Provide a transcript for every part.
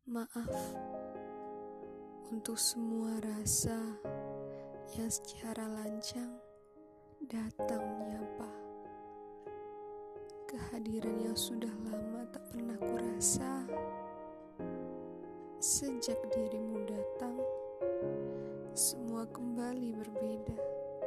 Maaf untuk semua rasa yang secara lancang datang menyapa. Kehadiran yang sudah lama tak pernah kurasa. Sejak dirimu datang, semua kembali berbeda.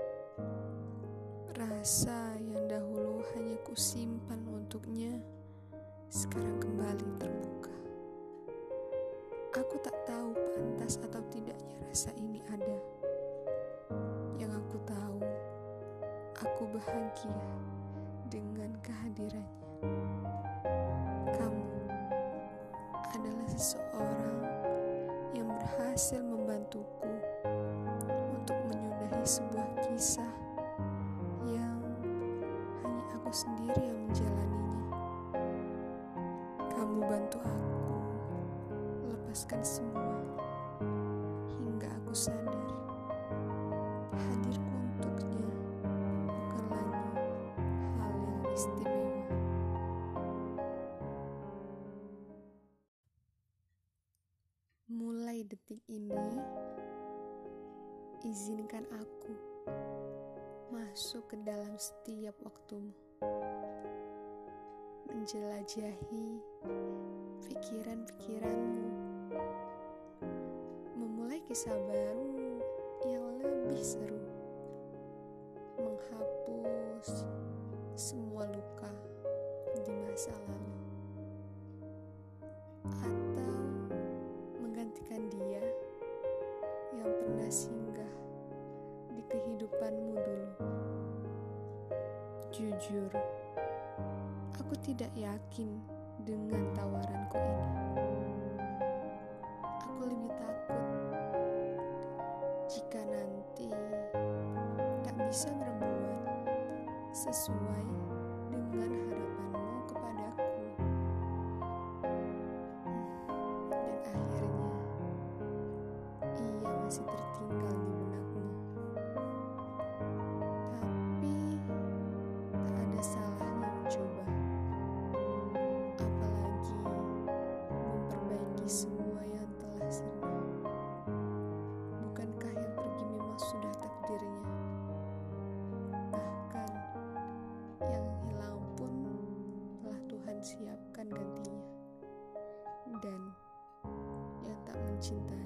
Rasa yang dahulu hanya kusimpan untuknya, sekarang kembali terbuka. Aku tak tahu pantas atau tidaknya rasa ini ada. Yang aku tahu, aku bahagia dengan kehadirannya. Kamu adalah seseorang yang berhasil membantuku untuk menyudahi sebuah kisah yang hanya aku sendiri yang menjalaninya. Kamu bantu aku lepaskan semua hingga aku sadar hadirku untuknya bukan lagi hal yang istimewa. Mulai detik ini, izinkan aku masuk ke dalam setiap waktumu, menjelajahi pikiran-pikiranmu, memulai kisah baru yang lebih seru, menghapus semua luka di masa lalu, atau menggantikan dia yang pernah singgah di kehidupanmu dulu. Jujur, aku tidak yakin dengan tawaranku ini. Aku lebih takut jika nanti tak bisa berbuat sesuai dengan harapanmu kepadaku. Dan akhirnya ia masih tertinggal di benakmu. Tapi tak ada salahnya mencoba. Apalagi memperbaiki semua yang telah sirna. Bukankah yang pergi memang sudah takdirnya? Bahkan yang hilang pun telah Tuhan siapkan gantinya. Dan yang tak mencintai